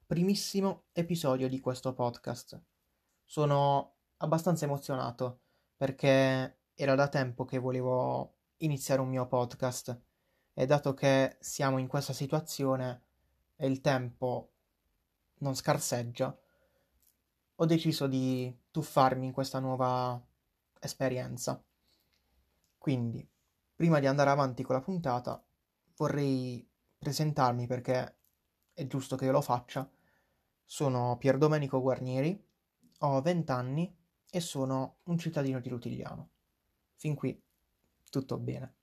primissimo episodio di questo podcast. Sono abbastanza emozionato perché era da tempo che volevo iniziare un mio podcast e dato che siamo in questa situazione e il tempo non scarseggia, ho deciso di tuffarmi in questa nuova esperienza. Quindi, prima di andare avanti con la puntata, vorrei presentarmi perché è giusto che io lo faccia. Sono Pierdomenico Guarnieri, ho 20 anni e sono un cittadino di Rutigliano. Fin qui tutto bene.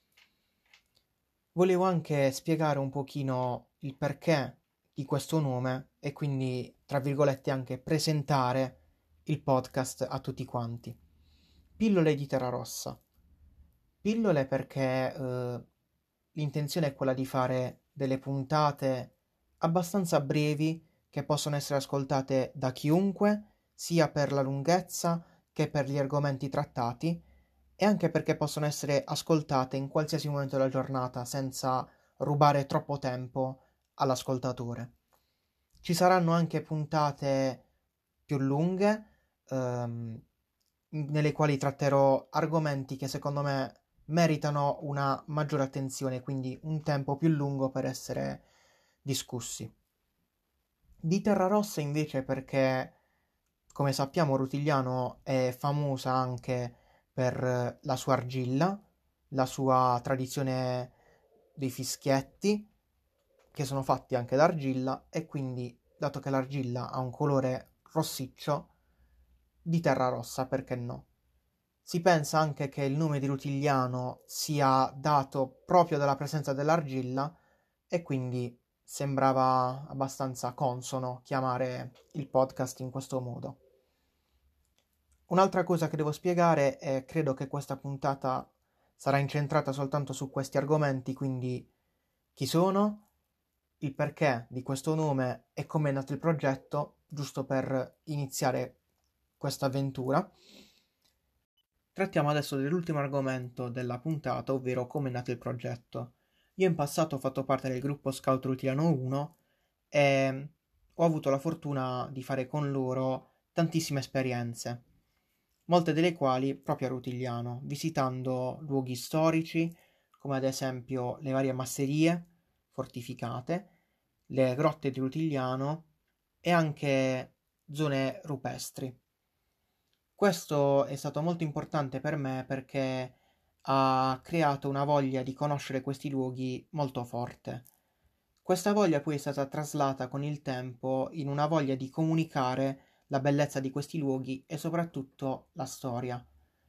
Volevo anche spiegare un pochino il perché di questo nome e quindi, tra virgolette, anche presentare il podcast a tutti quanti. Pillole di Terra Rossa. Pillole perché l'intenzione è quella di fare delle puntate abbastanza brevi che possono essere ascoltate da chiunque, sia per la lunghezza che per gli argomenti trattati, e anche perché possono essere ascoltate in qualsiasi momento della giornata senza rubare troppo tempo all'ascoltatore. Ci saranno anche puntate più lunghe, ehm, nelle quali tratterò argomenti che secondo me meritano una maggiore attenzione, quindi un tempo più lungo per essere discussi. Di Terra Rossa invece perché, come sappiamo, Rutigliano è famosa anche per la sua argilla, la sua tradizione dei fischietti, che sono fatti anche d'argilla, e quindi, dato che l'argilla ha un colore rossiccio, di terra rossa, perché no? Si pensa anche che il nome di Rutigliano sia dato proprio dalla presenza dell'argilla e quindi sembrava abbastanza consono chiamare il podcast in questo modo. Un'altra cosa che devo spiegare è credo che questa puntata sarà incentrata soltanto su questi argomenti, quindi chi sono, il perché di questo nome e come è nato il progetto, giusto per iniziare questa avventura. Trattiamo adesso dell'ultimo argomento della puntata, ovvero come è nato il progetto. Io in passato ho fatto parte del gruppo Scout Rutigliano 1 e ho avuto la fortuna di fare con loro tantissime esperienze, molte delle quali proprio a Rutigliano, visitando luoghi storici, come ad esempio le varie masserie fortificate, le grotte di Rutigliano e anche zone rupestri. Questo è stato molto importante per me perché ha creato una voglia di conoscere questi luoghi molto forte. Questa voglia poi è stata traslata con il tempo in una voglia di comunicare la bellezza di questi luoghi e soprattutto la storia.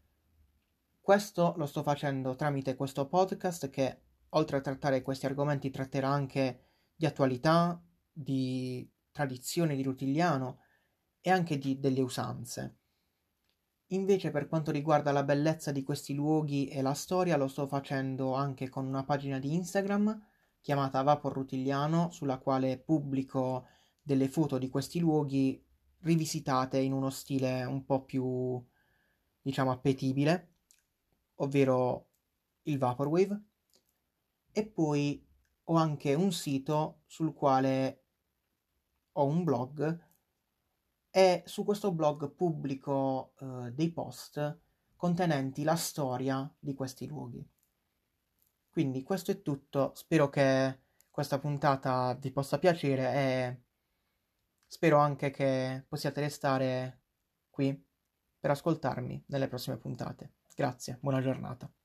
Questo lo sto facendo tramite questo podcast che, oltre a trattare questi argomenti, tratterà anche di attualità, di tradizioni di Rutigliano e anche delle usanze. Invece per quanto riguarda la bellezza di questi luoghi e la storia lo sto facendo anche con una pagina di Instagram chiamata Vapor Rutigliano, sulla quale pubblico delle foto di questi luoghi rivisitate in uno stile un po' più, diciamo, appetibile, ovvero il Vaporwave. E poi ho anche un sito sul quale ho un blog e su questo blog pubblico dei post contenenti la storia di questi luoghi. Quindi questo è tutto, spero che questa puntata vi possa piacere e spero anche che possiate restare qui per ascoltarmi nelle prossime puntate. Grazie, buona giornata.